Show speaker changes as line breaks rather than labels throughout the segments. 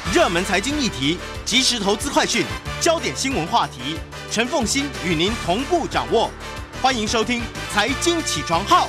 热门财经议题、即时投资快讯、焦点新闻话题，陈凤馨与您同步掌握。欢迎收听《财经起床号》。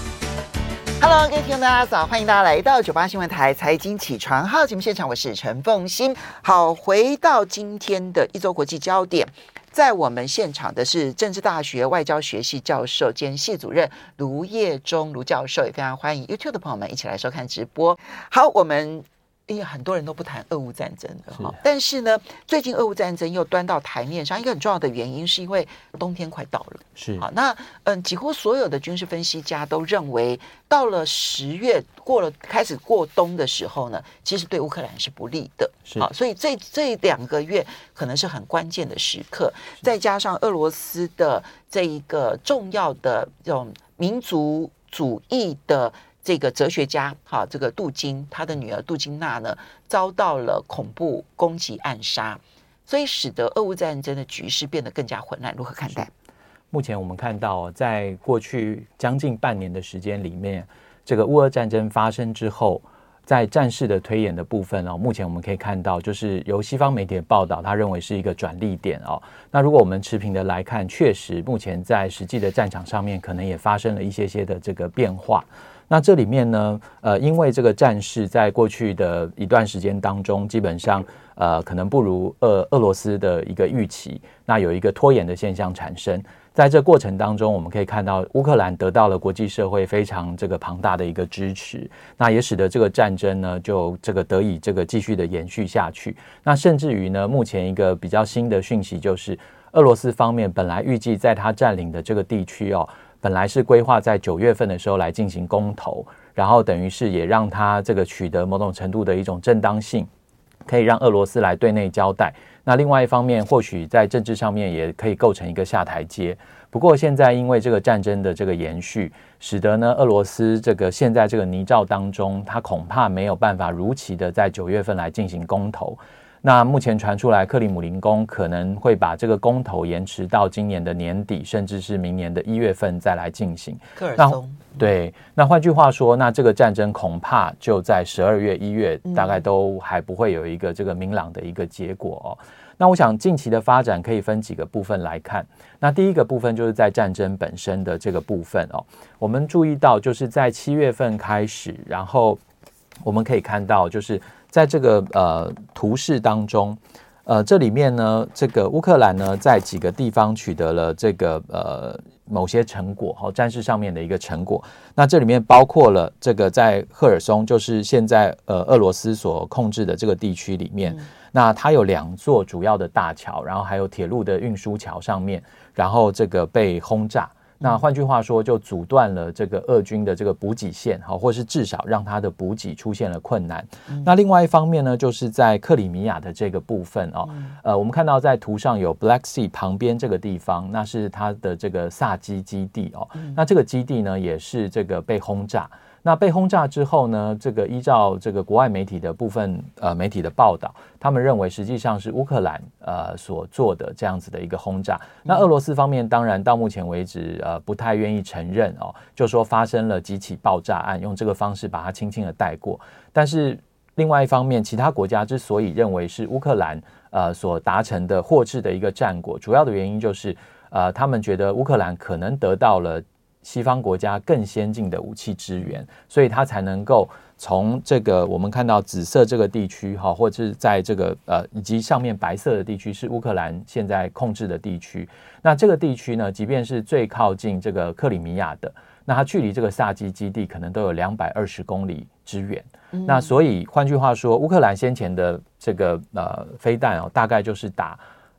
Hello， 各位听众大家早，欢迎大家来到98新闻台财经起床号节目现场，我是陈凤馨。好，回到今天的一周国际焦点，在我们现场的是政治大学外交学系教授兼系主任卢业忠卢教授，也非常欢迎 YouTube 的朋友们一起来收看直播。好，我们因为很多人都不谈俄乌战争的哈，但是呢，最近俄乌战争又端到台面上，一个很重要的原因是因为冬天快到了。
是
好，那几乎所有的军事分析家都认为，到了10月开始过冬的时候呢，其实对乌克兰是不利的。
是
好，所以这2个月可能是很关键的时刻，再加上俄罗斯的这一个重要的这种民族主义的这个哲学家，哈，这个杜金，他的女儿杜金娜呢，遭到了恐怖攻击暗杀，所以使得俄乌战争的局势变得更加混乱。如何看待？
目前我们看到，在过去将近半年的时间里面，这个乌俄战争发生之后，在战事的推演的部分目前我们可以看到，就是由西方媒体的报道，他认为是一个转捩点那如果我们持平的来看，确实目前在实际的战场上面，可能也发生了一些的这个变化。那这里面呢，因为这个战事在过去的一段时间当中，基本上可能不如俄罗斯的一个预期，那有一个拖延的现象产生。在这过程当中，我们可以看到乌克兰得到了国际社会非常这个庞大的一个支持，那也使得这个战争呢就这个得以这个继续的延续下去。那甚至于呢，目前一个比较新的讯息就是，俄罗斯方面本来预计在他占领的这个地区本来是规划在9月份的时候来进行公投，然后等于是也让他这个取得某种程度的一种正当性，可以让俄罗斯来对内交代。那另外一方面，或许在政治上面也可以构成一个下台阶。不过现在因为这个战争的这个延续，使得呢俄罗斯这个现在这个泥沼当中，他恐怕没有办法如期的在9月份来进行公投。那目前传出来，克里姆林宫可能会把这个公投延迟到今年的年底，甚至是明年的1月份再来进行。
科尔松，
对，那换句话说，那这个战争恐怕就在12月、1月，大概都还不会有一个这个明朗的一个结果那我想近期的发展可以分几个部分来看。那第一个部分就是在战争本身的这个部分我们注意到就是在7月份开始，然后我们可以看到就是在这个图示当中，这里面呢，这个乌克兰呢在几个地方取得了这个某些成果战事上面的一个成果。那这里面包括了这个在赫尔松，就是现在俄罗斯所控制的这个地区里面，那它有2座主要的大桥，然后还有铁路的运输桥上面，然后这个被轰炸。那换句话说，就阻断了这个俄军的这个补给线，或是至少让它的补给出现了困难。那另外一方面呢，就是在克里米亚的这个部分我们看到在图上有 Black Sea 旁边这个地方，那是它的这个萨基基地那这个基地呢也是这个被轰炸。那被轰炸之后呢，这个依照这个国外媒体的部分媒体的报道，他们认为实际上是乌克兰所做的这样子的一个轰炸。那俄罗斯方面当然到目前为止不太愿意承认就说发生了几起爆炸案，用这个方式把它轻轻的带过。但是另外一方面，其他国家之所以认为是乌克兰所达成的获致的一个战果，主要的原因就是他们觉得乌克兰可能得到了西方国家更先进的武器支援，所以它才能够从这个我们看到紫色这个地区或者是在这个以及上面白色的地区是乌克兰现在控制的地区。那这个地区呢，即便是最靠近这个克里米亚的，那它距离这个萨基基地可能都有220公里之远。那所以换句话说，乌克兰先前的这个飞弹大概就是打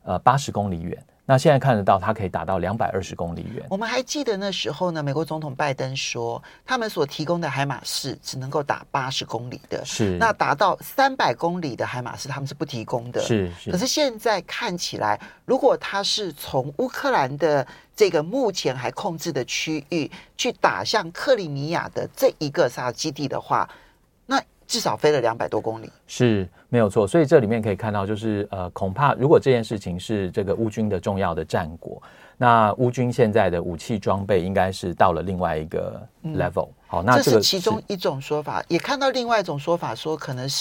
80公里远。那现在看得到它可以达到220公里远。
我们还记得那时候呢，美国总统拜登说他们所提供的海马士只能够打80公里的，
是
那达到300公里的海马士他们是不提供的。
是
可是现在看起来，如果他是从乌克兰的这个目前还控制的区域去打向克里米亚的这一个萨基地的话，那至少飞了200多公里。
是没有错。所以这里面可以看到就是恐怕如果这件事情是这个乌军的重要的战果，那乌军现在的武器装备应该是到了另外一个 level。好，那
这是其中一种说法，也看到另外一种说法说可能是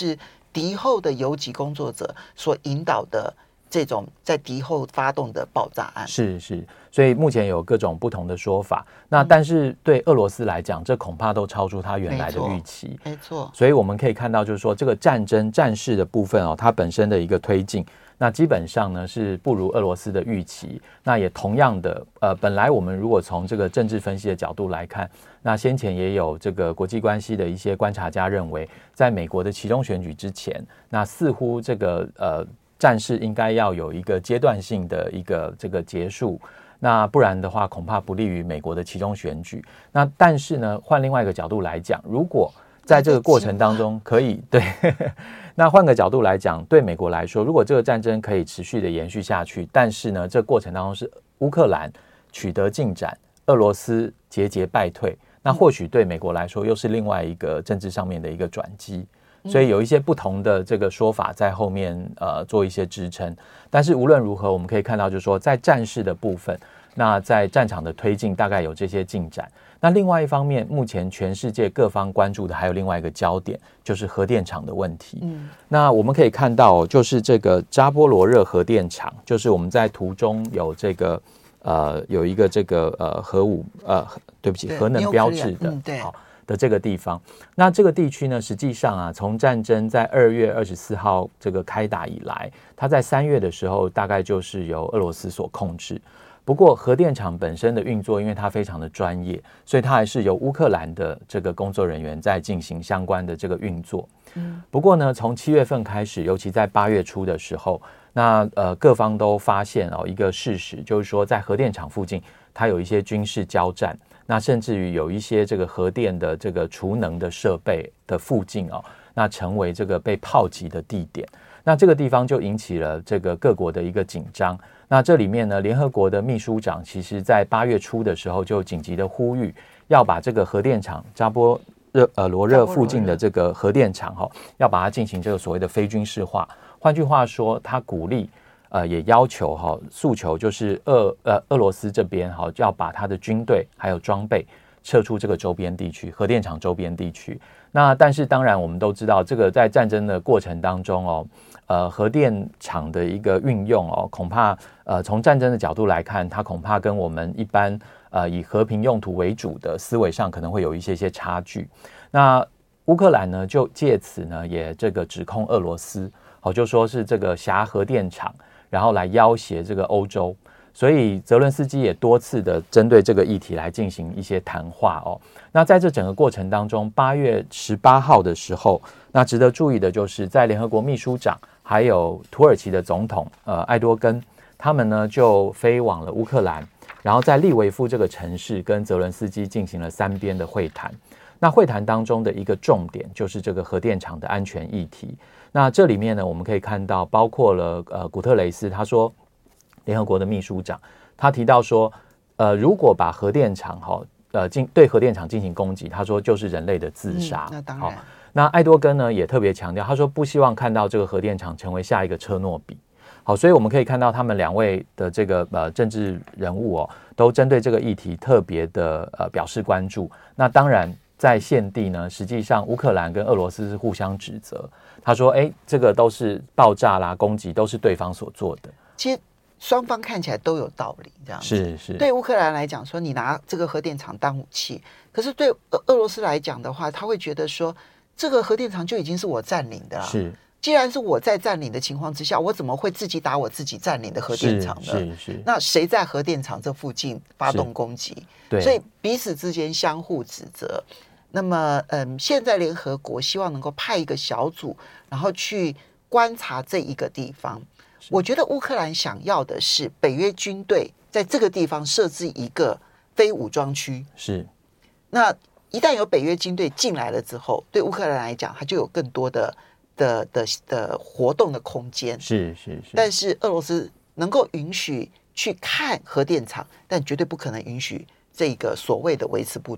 敌后的游击工作者所引导的这种在敌后发动的爆炸案。
是，所以目前有各种不同的说法。那但是对俄罗斯来讲，这恐怕都超出他原来的预期。
没错。
所以我们可以看到，就是说这个战事的部分它本身的一个推进，那基本上呢是不如俄罗斯的预期。那也同样的，本来我们如果从这个政治分析的角度来看，那先前也有这个国际关系的一些观察家认为，在美国的期中选举之前，那似乎这个战事应该要有一个阶段性的一个这个结束。那不然的话，恐怕不利于美国的期中选举。那但是呢，换另外一个角度来讲，如果在这个过程当中可以对，那换个角度来讲，对美国来说，如果这个战争可以持续的延续下去，但是呢，这过程当中是乌克兰取得进展，俄罗斯节节败退，那或许对美国来说又是另外一个政治上面的一个转机。所以有一些不同的这个说法在后面做一些支撑，但是无论如何，我们可以看到就是说，在战事的部分，那在战场的推进大概有这些进展。那另外一方面，目前全世界各方关注的还有另外一个焦点，就是核电厂的问题。那我们可以看到，就是这个扎波罗热核电厂，就是我们在图中有这个有一个这个核能标志的，
对。
的这个地方，那这个地区呢，实际上从战争在2月24号这个开打以来，它在3月的时候大概就是由俄罗斯所控制。不过核电厂本身的运作，因为它非常的专业，所以它还是由乌克兰的这个工作人员在进行相关的这个运作。不过呢，从7月份开始，尤其在8月初的时候，那各方都发现一个事实，就是说在核电厂附近，它有一些军事交战。那甚至于有一些这个核电的这个储能的设备的附近那成为这个被炮击的地点。那这个地方就引起了这个各国的一个紧张。那这里面呢，联合国的秘书长其实在8月初的时候就紧急的呼吁，要把这个核电厂扎波罗热附近的这个核电厂要把它进行这个所谓的非军事化。换句话说，他鼓励也要求诉求就是俄罗斯这边要把他的军队还有装备撤出这个周边地区，核电厂周边地区。那但是当然我们都知道，这个在战争的过程当中核电厂的一个运用恐怕从战争的角度来看，它恐怕跟我们一般以和平用途为主的思维上可能会有一些差距。那乌克兰呢就借此呢也这个指控俄罗斯就说是这个挟核电厂然后来要挟这个欧洲，所以泽伦斯基也多次的针对这个议题来进行一些谈话那在这整个过程当中，8月18号的时候，那值得注意的就是在联合国秘书长还有土耳其的总统艾多根，他们呢就飞往了乌克兰，然后在利维夫这个城市跟泽伦斯基进行了3边的会谈。那会谈当中的一个重点就是这个核电厂的安全议题。那这里面呢，我们可以看到，包括了古特雷斯，他说，联合国的秘书长，他提到说，如果把核电厂对核电厂进行攻击，他说就是人类的自杀。
那当然。
那艾多根呢也特别强调，他说不希望看到这个核电厂成为下一个车诺比。好，所以我们可以看到他们2位的这个政治人物都针对这个议题特别的表示关注。那当然。在现地呢，实际上乌克兰跟俄罗斯是互相指责。他说：“这个都是爆炸啦、攻击，都是对方所做的。”
其实双方看起来都有道理，这样子
是。
对乌克兰来讲，说你拿这个核电厂当武器，可是对俄罗斯来讲的话，他会觉得说，这个核电厂就已经是我占领的了。
是，
既然是我在占领的情况之下，我怎么会自己打我自己占领的核电厂呢？
是。
那谁在核电厂这附近发动攻击？
对，
所以彼此之间相互指责。那么，现在联合国希望能够派一个小组，然后去观察这一个地方。我觉得乌克兰想要的是北约军队在这个地方设置一个非武装区。
是。
那一旦有北约军队进来了之后，对乌克兰来讲，它就有更多的活动的空间。
是。
但是俄罗斯能够允许去看核电厂，但绝对不可能允许这个所谓的维持部队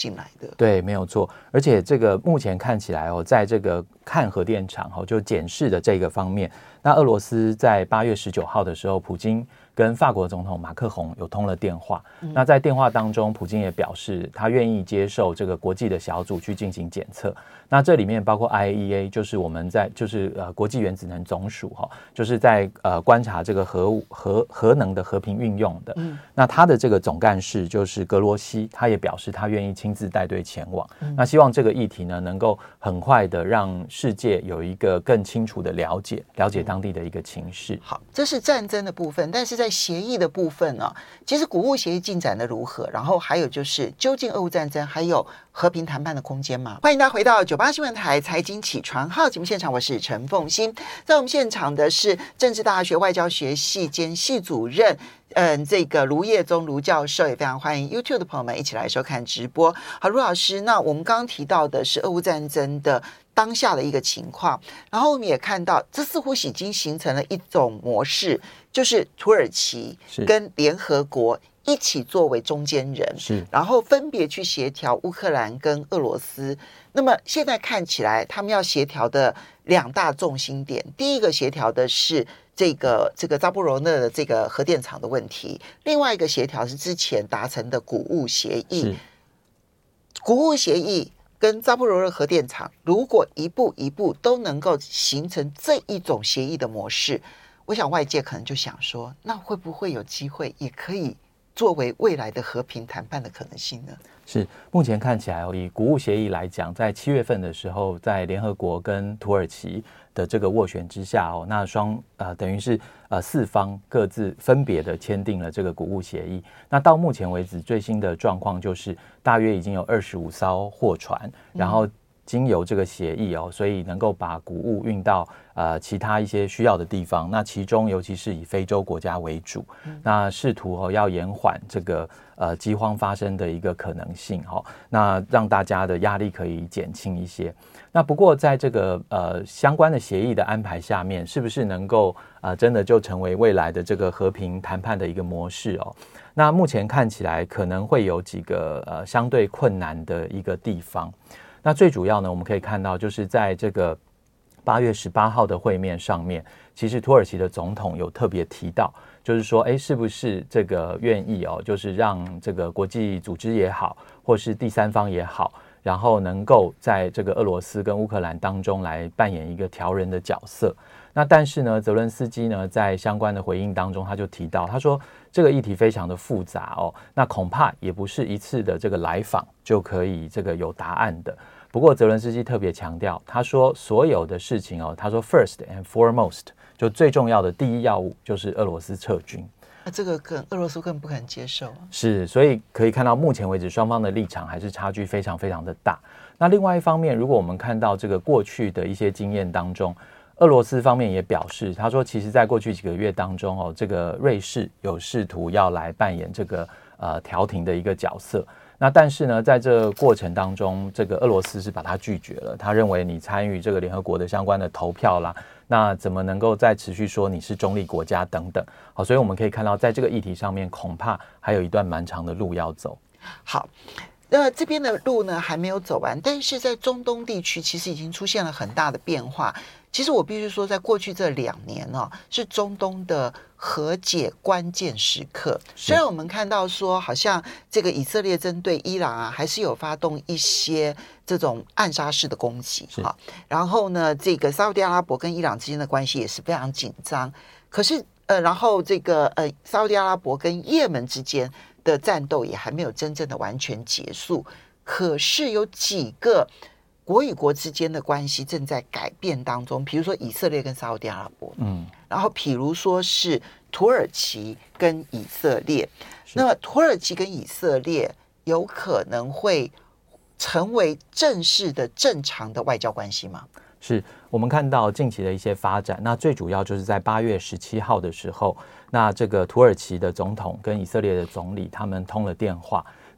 进来的。
对，没有错。而且这个目前看起来在这个看核电厂就检视的这个方面，那俄罗斯在8月19号的时候，普京跟法国总统马克宏有通了电话。那在电话当中，普京也表示他愿意接受这个国际的小组去进行检测。那这里面包括 IAEA， 就是我们国际原子能总署就是在观察这个核能的和平运用的。那他的这个总干事就是格罗西，他也表示他愿意亲自带队前往。那希望这个议题呢，能够很快的让世界有一个更清楚的了解当地的一个情势。
好，这是战争的部分，但是在协议的部分呢，其实谷物协议进展的如何？然后还有就是，究竟俄乌战争还有和平谈判的空间吗？欢迎大家回到98新闻台财经起床号节目现场，我是陈凤馨。在我们现场的是政治大学外交学系兼系主任这个卢业宗卢教授，也非常欢迎 YouTube 的朋友们一起来收看直播。好，卢老师，那我们刚刚提到的是俄乌战争的当下的一个情况，然后我们也看到这似乎已经形成了一种模式，就是土耳其跟联合国一起作为中间人，然后分别去协调乌克兰跟俄罗斯。那么现在看起来他们要协调的两大重心点，第一个协调的是这个扎波罗热的这个核电厂的问题，另外一个协调是之前达成的谷物协议。谷物协议跟扎波罗热核电厂如果一步一步都能够形成这一种协议的模式，我想外界可能就想说，那会不会有机会也可以作为未来的和平谈判的可能性呢？
是，目前看起来以谷物协议来讲，在7月份的时候，在联合国跟土耳其的这个斡旋之下那等于是四方各自分别的签订了这个谷物协议。那到目前为止最新的状况就是大约已经有25艘货船，然后经由这个协议所以能够把谷物运到其他一些需要的地方。那其中尤其是以非洲国家为主，那试图要延缓这个饥荒发生的一个可能性那让大家的压力可以减轻一些。那不过在这个相关的协议的安排下面，是不是能够真的就成为未来的这个和平谈判的一个模式那目前看起来可能会有几个相对困难的一个地方。那最主要呢，我们可以看到就是在这个8月18号的会面上面，其实土耳其的总统有特别提到，就是说是不是这个愿意就是让这个国际组织也好，或是第三方也好，然后能够在这个俄罗斯跟乌克兰当中来扮演一个调人的角色。那但是呢，泽伦斯基呢在相关的回应当中，他就提到，他说这个议题非常的复杂那恐怕也不是一次的这个来访就可以这个有答案的。不过泽伦斯基特别强调，他说所有的事情他说 first and foremost， 就最重要的第一要务就是俄罗斯撤军。
那这个俄罗斯更不可能接受
是，所以可以看到目前为止双方的立场还是差距非常非常的大。那另外一方面，如果我们看到这个过去的一些经验当中，俄罗斯方面也表示，他说其实在过去几个月当中这个瑞士有试图要来扮演这个调停的一个角色。那但是呢，在这个过程当中，这个俄罗斯是把它拒绝了。他认为你参与这个联合国的相关的投票啦，那怎么能够再持续说你是中立国家等等？好，所以我们可以看到，在这个议题上面，恐怕还有一段蛮长的路要走。
好。这边的路呢还没有走完，但是在中东地区其实已经出现了很大的变化。其实我必须说，在过去这2年是中东的和解关键时刻。虽然我们看到说，好像这个以色列针对伊朗还是有发动一些这种暗杀式的攻击然后呢，这个沙烏地阿拉伯跟伊朗之间的关系也是非常紧张。可是然后这个沙烏地阿拉伯跟也门之间的战斗也还没有真正的完全结束，可是有几个国与国之间的关系正在改变当中，比如说以色列跟沙烏地阿拉伯，然后比如说是土耳其跟以色列，那么土耳其跟以色列有可能会成为正式的正常的外交关系吗？
是我们看到近期的一些发展，那最主要就是在8月17号的时候，那这个土耳其的总统跟以色列的总理他们通了电话，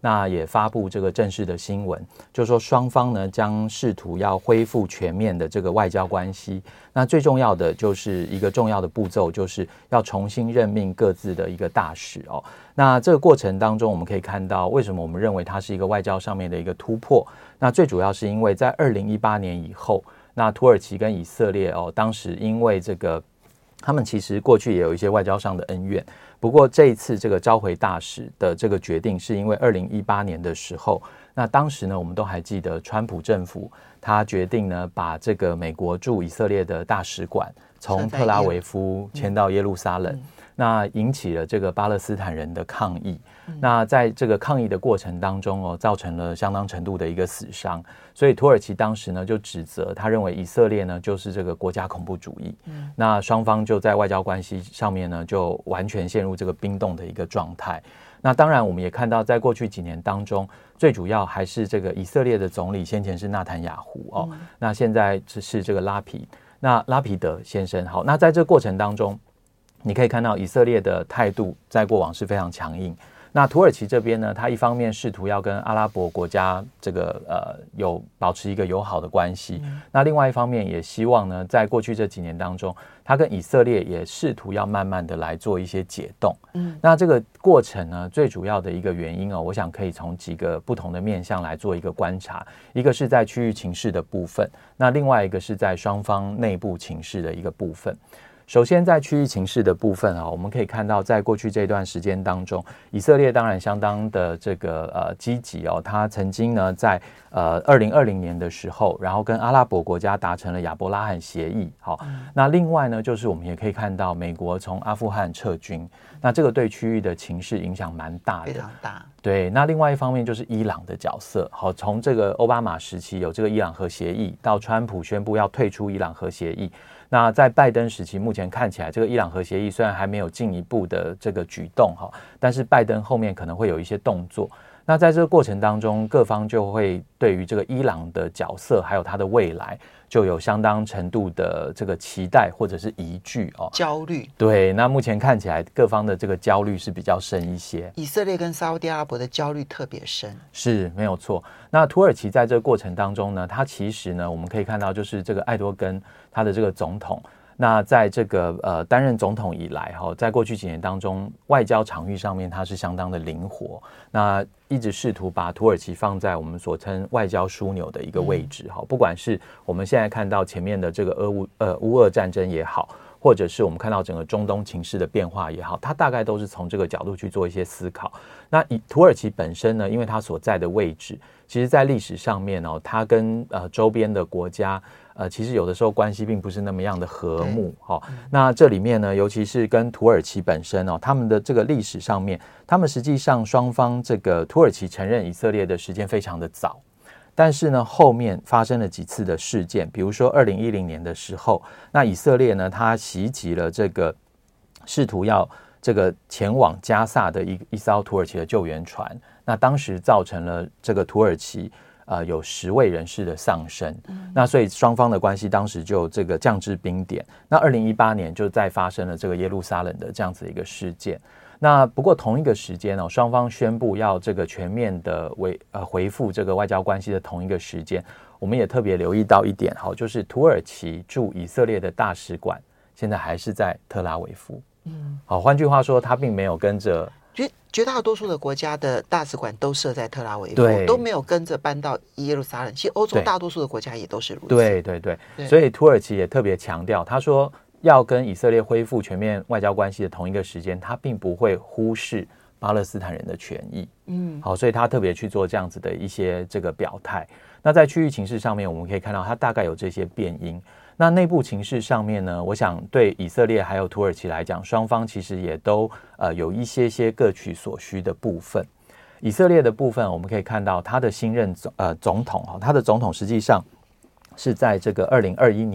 那也发布这个正式的新闻，就说双方呢将试图要恢复全面的这个外交关系。那最重要的就是一个重要的步骤，就是要重新任命各自的一个大使哦。那这个过程当中，我们可以看到为什么我们认为它是一个外交上面的一个突破。那最主要是因为在2018年以后，那土耳其跟以色列哦，当时因为这个他们其实过去也有一些外交上的恩怨。不过这一次这个召回大使的这个决定，是因为2018年的时候，那当时呢，我们都还记得川普政府他决定呢，把这个美国驻以色列的大使馆从特拉维夫迁到耶路撒冷，那引起了这个巴勒斯坦人的抗议。那在这个抗议的过程当中哦，造成了相当程度的一个死伤，所以土耳其当时呢就指责，他认为以色列呢就是这个国家恐怖主义。那双方就在外交关系上面呢就完全陷入这个冰冻的一个状态。那当然我们也看到，在过去几年当中，最主要还是这个以色列的总理先前是纳坦雅胡哦，那现在是这个拉皮德先生。好，那在这过程当中，你可以看到以色列的态度在过往是非常强硬。那土耳其这边呢，他一方面试图要跟阿拉伯国家这个有保持一个友好的关系，那另外一方面也希望呢，在过去这几年当中，他跟以色列也试图要慢慢的来做一些解冻。那这个过程呢，最主要的一个原因哦，我想可以从几个不同的面向来做一个观察，一个是在区域情势的部分，那另外一个是在双方内部情势的一个部分。首先在区域情势的部分啊，我们可以看到，在过去这段时间当中，以色列当然相当的这个积极哦，他曾经呢在2020年的时候，然后跟阿拉伯国家达成了亚伯拉罕协议。好，那另外呢，就是我们也可以看到美国从阿富汗撤军，那这个对区域的情势影响蛮大的，
非常大。
对，那另外一方面就是伊朗的角色。好，从这个奥巴马时期有这个伊朗核协议，到川普宣布要退出伊朗核协议。那在拜登时期，目前看起来这个伊朗核协议虽然还没有进一步的这个举动哈，但是拜登后面可能会有一些动作。那在这个过程当中，各方就会对于这个伊朗的角色还有它的未来，就有相当程度的这个期待或者是疑惧哦，
焦虑。
对，那目前看起来各方的这个焦虑是比较深一些。
以色列跟沙烏地阿拉伯的焦虑特别深，
是没有错。那土耳其在这个过程当中呢，它其实呢，我们可以看到就是这个艾多根他的这个总统。那在这个担任总统以来哈，在过去几年当中，外交场域上面它是相当的灵活，那一直试图把土耳其放在我们所称外交枢纽的一个位置哈，不管是我们现在看到前面的这个乌俄战争也好，或者是我们看到整个中东情势的变化也好，它大概都是从这个角度去做一些思考。那以土耳其本身呢，因为它所在的位置，其实在历史上面哦，它跟周边的国家其实有的时候关系并不是那么样的和睦哦。那这里面呢，尤其是跟土耳其本身哦，他们的这个历史上面，他们实际上双方这个土耳其承认以色列的时间非常的早。但是呢，后面发生了几次的事件，比如说2010年的时候，那以色列呢，他袭击了这个试图要这个前往加萨的一艘土耳其的救援船，那当时造成了这个土耳其有10位人士的丧生，那所以双方的关系当时就这个降至冰点。那2018年就再发生了这个耶路撒冷的这样子一个事件。那不过同一个时间哦，双方宣布要这个全面的恢复这个外交关系的同一个时间，我们也特别留意到一点，好，就是土耳其驻以色列的大使馆现在还是在特拉维夫。好，换句话说，他并没有跟着。
绝大多数的国家的大使馆都设在特拉维夫，
对，
都没有跟着搬到耶路撒冷。其实欧洲大多数的国家也都是如此。
对对对，所以土耳其也特别强调，他说要跟以色列恢复全面外交关系的同一个时间，他并不会忽视巴勒斯坦人的权益。好，所以他特别去做这样子的一些这个表态。那在区域情势上面，我们可以看到他大概有这些变因。那内部情势上面呢，我想对以色列还有土耳其来讲，双方其实也都有一些各取所需的部分。以色列的部分，我们可以看到他的新任总统，他的总统实际上是在这个2021年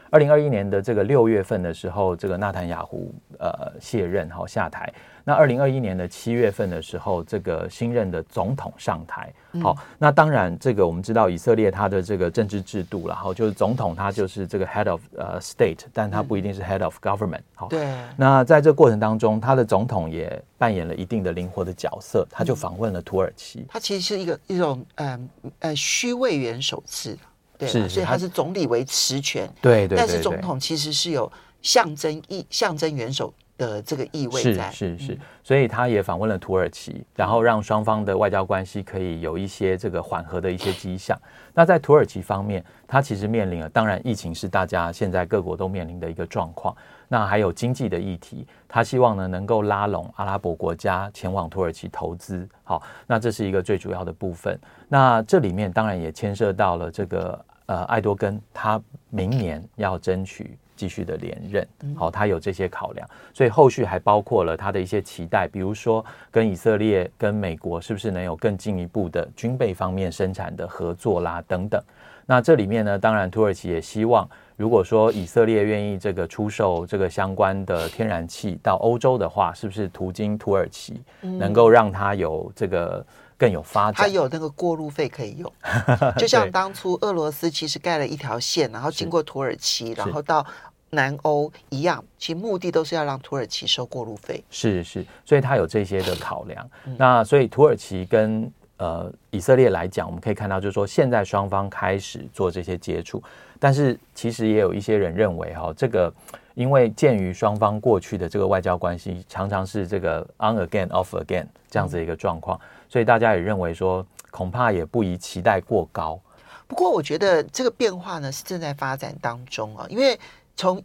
2021年的这个6月份的时候，这个纳坦雅胡卸任下台。那2021年的7月份的时候，这个新任的总统上台。好，那当然这个我们知道以色列它的这个政治制度，然后就是总统他就是这个 head of state， 但他不一定是 head of government。好，对。那在这个过程当中，他的总统也扮演了一定的灵活的角色，他就访问了土耳其。
他其实是一种虚位元首制。对，所以他是总理为持权。对，但是总统其实是有象征元首的这个意味在。是，
所以他也访问了土耳其，然后让双方的外交关系可以有一些这个缓和的一些迹象。那在土耳其方面，他其实面临了，当然疫情是大家现在各国都面临的一个状况，那还有经济的议题，他希望呢能够拉拢阿拉伯国家前往土耳其投资。好，那这是一个最主要的部分。那这里面当然也牵涉到了这个艾多根他明年要争取继续的连任，好，他有这些考量，所以后续还包括了他的一些期待，比如说跟以色列、跟美国是不是能有更进一步的军备方面生产的合作啦等等。那这里面呢，当然土耳其也希望，如果说以色列愿意这个出售这个相关的天然气到欧洲的话，是不是途经土耳其能够让它有这个更有发展，
它有那个过路费可以用，就像当初俄罗斯其实盖了一条线，然后经过土耳其，然后到南欧一样，其实目的都是要让土耳其收过路费。
是，所以它有这些的考量。那所以土耳其跟以色列来讲，我们可以看到，就是说现在双方开始做这些接触，但是其实也有一些人认为这个因为鉴于双方过去的这个外交关系常常是这个 on again off again 这样子的一个状况，所以大家也认为说恐怕也不宜期待过高。
不过我觉得这个变化呢是正在发展当中啊，因为从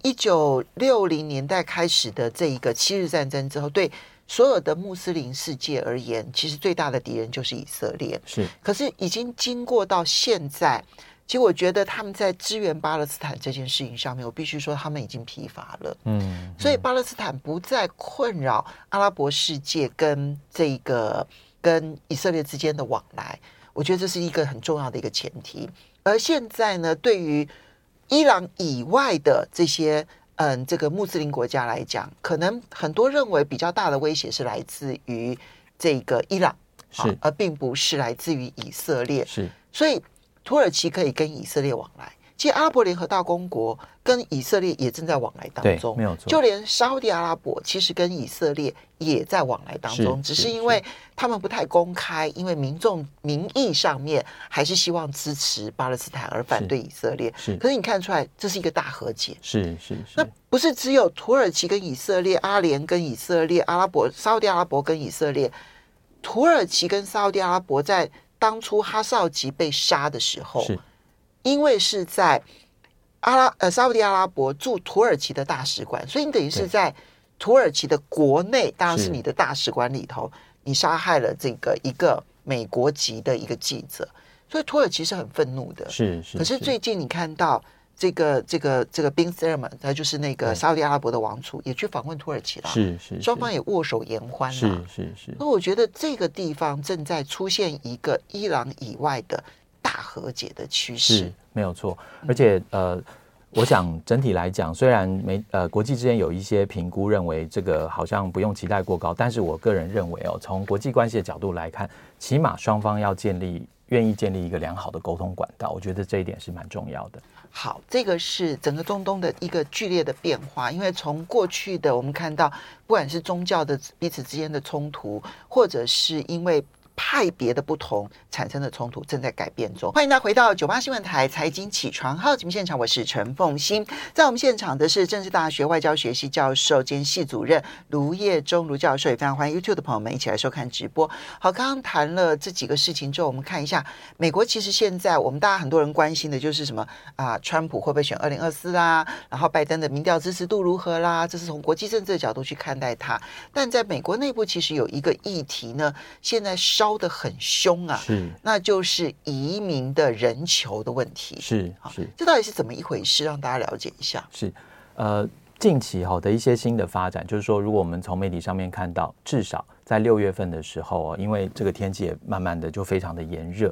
1960年代开始的这一个七日战争之后，对所有的穆斯林世界而言，其实最大的敌人就是以色列。是，可是已经经过到现在，其实我觉得他们在支援巴勒斯坦这件事情上面，我必须说他们已经疲乏了。所以巴勒斯坦不再困扰阿拉伯世界跟以色列之间的往来，我觉得这是一个很重要的一个前提。而现在呢，对于伊朗以外的这些这个穆斯林国家来讲，可能很多认为比较大的威胁是来自于这个伊朗，而并不是来自于以色列。是，所以土耳其可以跟以色列往来。其实阿拉伯联合大公国跟以色列也正在往来当中，没有错。就连沙特阿拉伯其实跟以色列也在往来当中，只是因为他们不太公开，因为民意上面还是希望支持巴勒斯坦而反对以色列。可是你看出来，这是一个大和解。是。那不是只有土耳其跟以色列、阿联跟以色列、沙特阿拉伯跟以色列，土耳其跟沙特阿拉伯在当初哈绍吉被杀的时候，因为是在沙特阿拉伯驻土耳其的大使馆，所以你等于是在土耳其的国内，当然是你的大使馆里头，你杀害了这个一个美国籍的一个记者，所以土耳其是很愤怒的。可是最近你看到这个 Bin Salman， 他就是那个沙特阿拉伯的王储，也去访问土耳其了。双方也握手言欢了。所以我觉得这个地方正在出现一个伊朗以外的大和解的趋势。是，
没有错。而且我想整体来讲，虽然国际之间有一些评估认为这个好像不用期待过高，但是我个人认为从国际关系的角度来看，起码双方要愿意建立一个良好的沟通管道，我觉得这一点是蛮重要的。
好，这个是整个中东的一个剧烈的变化，因为从过去的我们看到，不管是宗教的彼此之间的冲突，或者是因为派别的不同产生的冲突正在改变中。欢迎大家回到98新闻台财经起床号节目现场，我是陈凤馨。在我们现场的是政治大学外交学系教授兼系主任卢业中卢教授，也非常欢迎 YouTube 的朋友们一起来收看直播。好，刚刚谈了这几个事情之后，我们看一下美国。其实现在我们大家很多人关心的就是什么川普会不会选2024啦，然后拜登的民调支持度如何啦，这是从国际政治的角度去看待它。但在美国内部其实有一个议题呢，现在烧得很凶啊，那就是移民的人球的问题。是，这到底是怎么一回事？让大家了解一下。
近期的一些新的发展，就是说，如果我们从媒体上面看到，至少在6月份的时候因为这个天气也慢慢的就非常的炎热，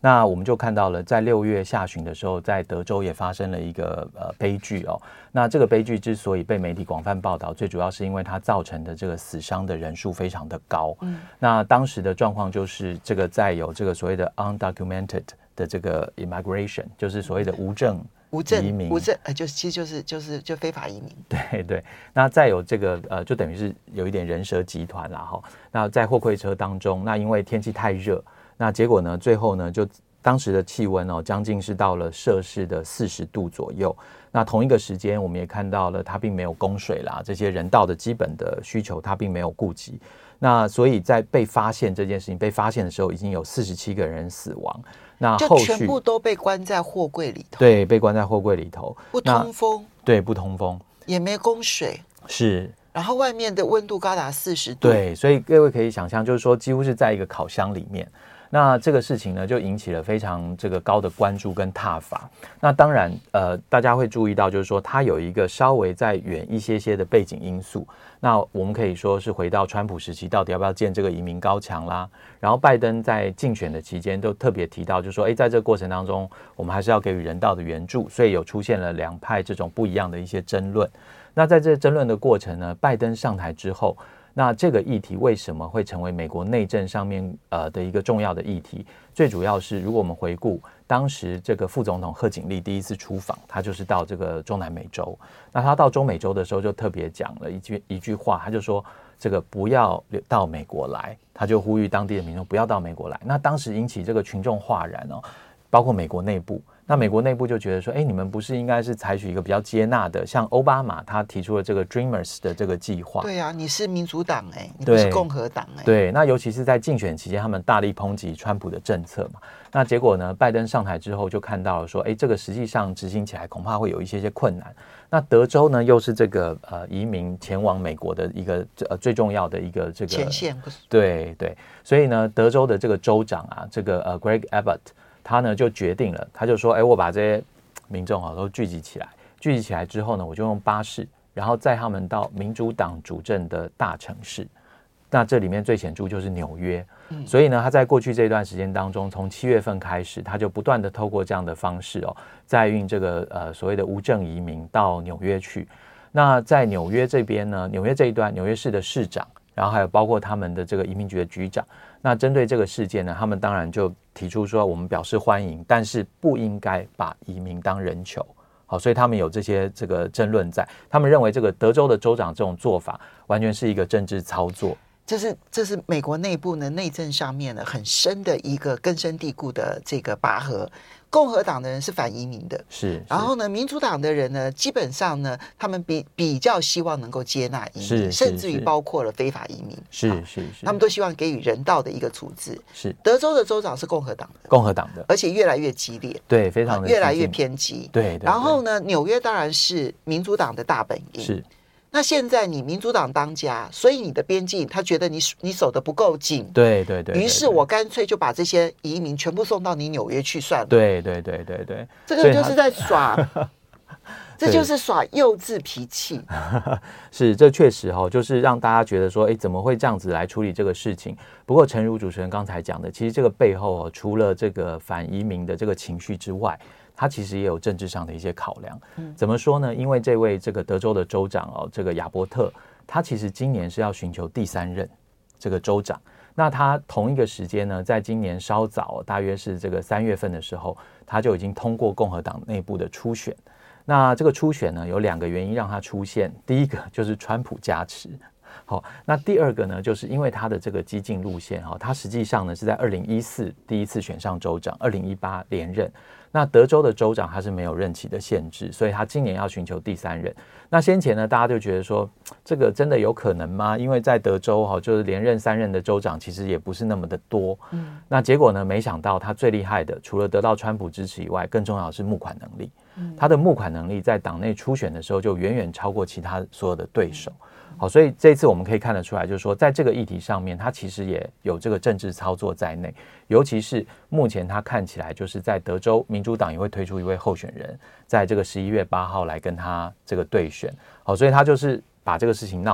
那我们就看到了，在6月下旬的时候，在德州也发生了一个悲剧哦。那这个悲剧之所以被媒体广泛报道，最主要是因为它造成的这个死伤的人数非常的高。那当时的状况就是这个在有这个所谓的 undocumented 的这个 immigration， 就是所谓的无证移民，
其实就非法移民。
对对，那再有这个就等于是有一点人蛇集团啦哈。那在货柜车当中，那因为天气太热，那结果呢，最后呢，就当时的气温将近是到了摄氏的40度左右。那同一个时间，我们也看到了它并没有供水啦，这些人道的基本的需求它并没有顾及。那所以在被发现这件事情被发现的时候，已经有47个人死亡。那后续
就全部都被关在货柜里头。
对，被关在货柜里头，
不通风。
对，不通风，
也没供水。
是。
然后外面的温度高达40度。
对，所以各位可以想象，就是说几乎是在一个烤箱里面。那这个事情呢，就引起了非常这个高的关注跟挞伐。那当然，大家会注意到，就是说它有一个稍微再远一些的背景因素。那我们可以说是回到川普时期，到底要不要建这个移民高墙啦？然后拜登在竞选的期间都特别提到，就是说，在这个过程当中，我们还是要给予人道的援助，所以有出现了两派这种不一样的一些争论。那在这争论的过程呢，拜登上台之后，那这个议题为什么会成为美国内政上面的一个重要的议题？最主要是，如果我们回顾当时这个副总统贺锦丽第一次出访，他就是到这个中南美洲。那他到中美洲的时候，就特别讲了一句话，他就说这个不要到美国来，他就呼吁当地的民众不要到美国来。那当时引起这个群众哗然哦，包括美国内部。那美国内部就觉得说，你们不是应该是采取一个比较接纳的，像奥巴马他提出了这个 Dreamers 的这个计划。
对啊，你是民主党你不是共和党
对，那尤其是在竞选期间，他们大力抨击川普的政策嘛。那结果呢，拜登上台之后就看到了说，这个实际上执行起来恐怕会有一些困难。那德州呢，又是这个移民前往美国的一个最重要的一个这个
前线，不是？
对对，所以呢，德州的这个州长啊，这个Greg Abbott。他呢就决定了，他就说，我把这些民众都聚集起来之后呢，我就用巴士，然后载他们到民主党主政的大城市。那这里面最显著就是纽约。所以呢，他在过去这段时间当中，从7月份开始，他就不断的透过这样的方式载运这个所谓的无证移民到纽约去。那在纽约这边呢，纽约这一端，纽约市的市长，然后还有包括他们的这个移民局的局长。那针对这个事件呢，他们当然就提出说，我们表示欢迎，但是不应该把移民当人球。好，所以他们有这个争论在，他们认为这个德州的州长这种做法完全是一个政治操作。
这是美国内部呢内政上面呢很深的一个根深蒂固的这个拔河。共和党的人是反移民的，
是，
然后呢，民主党的人呢，基本上呢，他们比较希望能够接纳移民，甚至于包括了非法移民，
是，
他们都希望给予人道的一个处置。
是，
德州的州长是共和党的，而且越来越激烈，
对，非常的
越来越偏激，
对。
然后呢，纽约当然是民主党的大本营，
是。
那现在你民主党当家，所以你的边境他觉得你守得不够紧，
对，
于是我干脆就把这些移民全部送到你纽约去算了。
对，
这个就是在耍，这就是耍幼稚脾气。
是，这确实就是让大家觉得说，怎么会这样子来处理这个事情？不过，诚如主持人刚才讲的，其实这个背后除了这个反移民的这个情绪之外，他其实也有政治上的一些考量。怎么说呢？因为这位这个德州的州长这个亚伯特，他其实今年是要寻求第3任这个州长。那他同一个时间呢，在今年稍早，大约是这个3月份的时候，他就已经通过共和党内部的初选。那这个初选呢，有2个原因让他出现。第一个就是川普加持。好，那第二个呢，就是因为他的这个激进路线他实际上呢是在2014第一次选上州长，2018连任。那德州的州长他是没有任期的限制，所以他今年要寻求第3任。那先前呢，大家就觉得说，这个真的有可能吗？因为在德州就是连任3任的州长其实也不是那么的多。那结果呢，没想到他最厉害的，除了得到川普支持以外，更重要的是募款能力。他的募款能力在党内初选的时候就远远超过其他所有的对手。好，所以这一次我们可以看得出来，就是说，在这个议题上面，他其实也有这个政治操作在内。尤其是目前他看起来就是在德州，民主党也会推出一位候选人，在这个11月8号来跟他这个对选。好，所以他就是把这个事情闹大，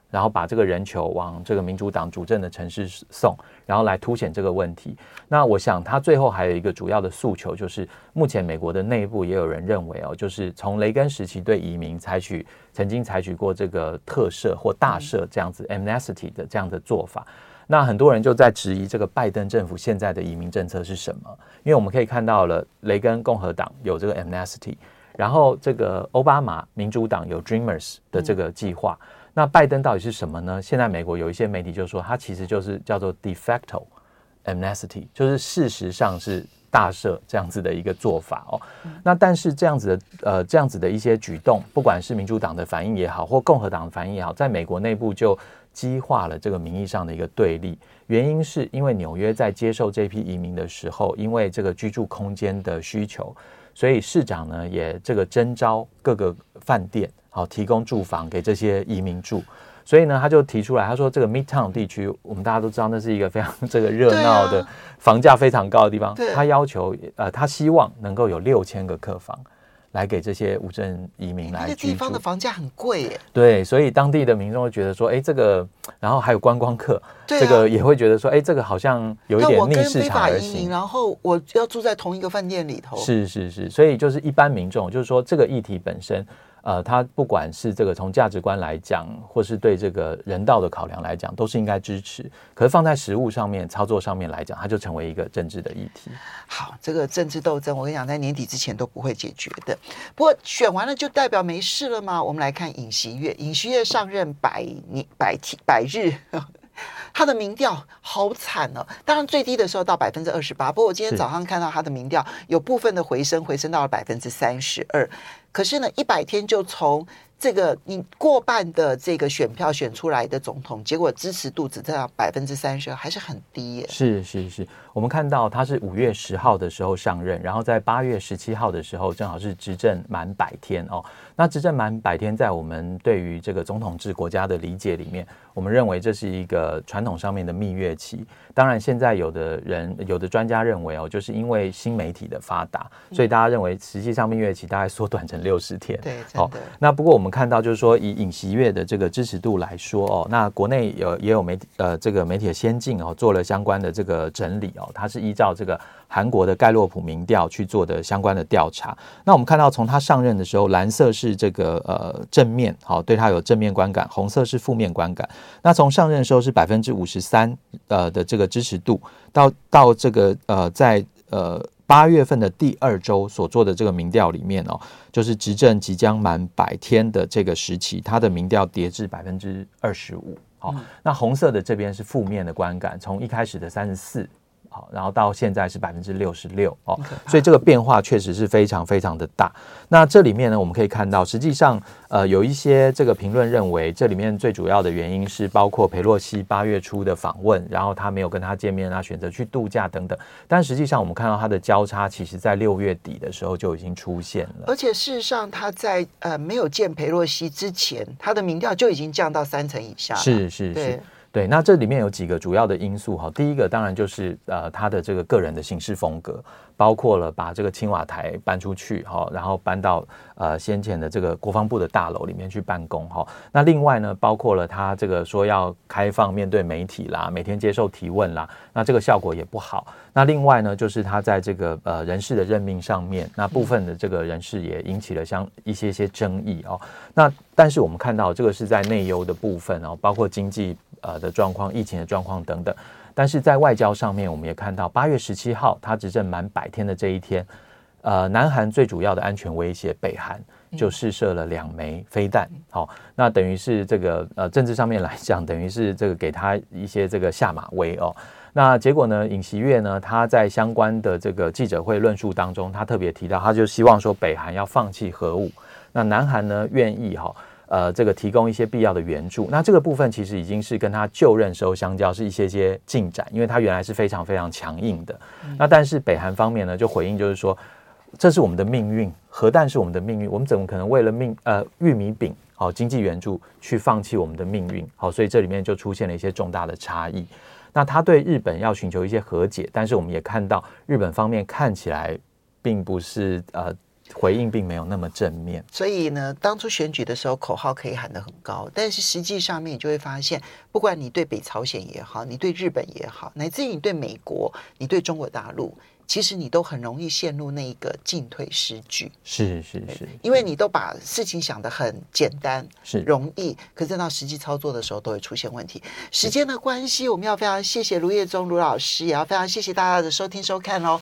然后把这个人球往这个民主党主政的城市送，然后来凸显这个问题。那我想他最后还有一个主要的诉求，就是目前美国的内部也有人认为就是从雷根时期对移民曾经采取过这个特赦或大赦这样子 amnesty 的这样的做法。那很多人就在质疑这个拜登政府现在的移民政策是什么？因为我们可以看到了雷根共和党有这个 amnesty， 然后这个奥巴马民主党有 Dreamers 的这个计划。那拜登到底是什么呢？现在美国有一些媒体就说，它其实就是叫做 de facto amnesty， 就是事实上是大赦这样子的一个做法那但是这样子的一些举动，不管是民主党的反应也好，或共和党的反应也好，在美国内部就激化了这个民意上的一个对立。原因是因为纽约在接受这批移民的时候，因为这个居住空间的需求，所以市长呢也这个征召各个饭店提供住房给这些移民住。所以呢，他就提出来，他说这个 Midtown 地区，我们大家都知道那是一个非常这个热闹的，房价非常高的地方。他要求他希望能够有6000个客房来给这些无证移民来居住。那个
地方的房价很贵耶。
对，所以当地的民众会觉得说，这个，然后还有观光客，这个也会觉得说，这个好像有一点逆市场而行。
然后我要住在同一个饭店里头。
是，所以就是一般民众，就是说这个议题本身。他不管是这个从价值观来讲，或是对这个人道的考量来讲，都是应该支持。可是放在实务上面、操作上面来讲，它就成为一个政治的议题。
好，这个政治斗争，我跟你讲，在年底之前都不会解决的。不过选完了就代表没事了吗？我们来看尹锡悦，尹锡悦上任百日。他的民调好惨哦，当然最低的时候到28%，不过我今天早上看到他的民调有部分的回升到了32%，可是呢100天就从这个你过半的这个选票选出来的总统，结果支持度只在32%，还是很低耶。
是，我们看到他是5月10号的时候上任，然后在8月17号的时候正好是执政满100天那执政满100天，在我们对于这个总统制国家的理解里面，我们认为这是一个传统上面的蜜月期。当然现在有的专家认为就是因为新媒体的发达，所以大家认为实际上蜜月期大概缩短成60天。
对，真的。
那不过我们看到就是说，以尹锡悦的这个支持度来说那国内也有这个媒体的先进做了相关的这个整理它是依照这个韩国的盖洛普民调去做的相关的调查。那我们看到从他上任的时候，蓝色是这个正面对他有正面观感，红色是负面观感。那从上任的时候是53%的这个支持度，到这个在8月份的第2周所做的这个民调里面就是执政即将满100天的这个时期，他的民调跌至25%。那红色的这边是负面的观感，从一开始的34%。然后到现在是66%所以这个变化确实是非常非常的大。那这里面呢，我们可以看到，实际上有一些这个评论认为，这里面最主要的原因是包括裴洛西8月初的访问，然后他没有跟他见面，他选择去度假等等。但实际上我们看到他的交叉，其实在6月底的时候就已经出现了。
而且事实上，他在没有见裴洛西之前，他的民调就已经降到30%以下了。
是。对，那这里面有几个主要的因素第一个当然就是他的这个个人的行事风格，包括了把这个青瓦台搬出去然后搬到先前的这个国防部的大楼里面去办公那另外呢，包括了他这个说要开放面对媒体啦，每天接受提问啦，那这个效果也不好。那另外呢，就是他在这个人事的任命上面，那部分的这个人事也引起了一些争议那但是我们看到这个是在内忧的部分包括经济的状况、疫情的状况等等。但是在外交上面，我们也看到8月17号他执政满100天的这一天，南韩最主要的安全威胁北韩就试射了2枚飞弹那等于是这个政治上面来讲，等于是这个给他一些这个下马威那结果呢，尹锡悦呢，他在相关的这个记者会论述当中，他特别提到，他就希望说北韩要放弃核武，那南韩呢愿意这个提供一些必要的援助。那这个部分其实已经是跟他就任时候相较是一些进展，因为他原来是非常非常强硬的。那但是北韩方面呢就回应，就是说这是我们的命运，核弹是我们的命运，我们怎么可能为了玉米饼经济援助去放弃我们的命运所以这里面就出现了一些重大的差异。那他对日本要寻求一些和解，但是我们也看到日本方面看起来并不是回应并没有那么正面。
所以呢，当初选举的时候口号可以喊得很高，但是实际上面你就会发现，不管你对北朝鲜也好，你对日本也好，乃至于你对美国，你对中国大陆，其实你都很容易陷入那一个进退失据。
是，
因为你都把事情想得很简单，
是
容易，可是到实际操作的时候都会出现问题。时间的关系，我们要非常谢谢卢业忠卢老师，也要非常谢谢大家的收听收看哦。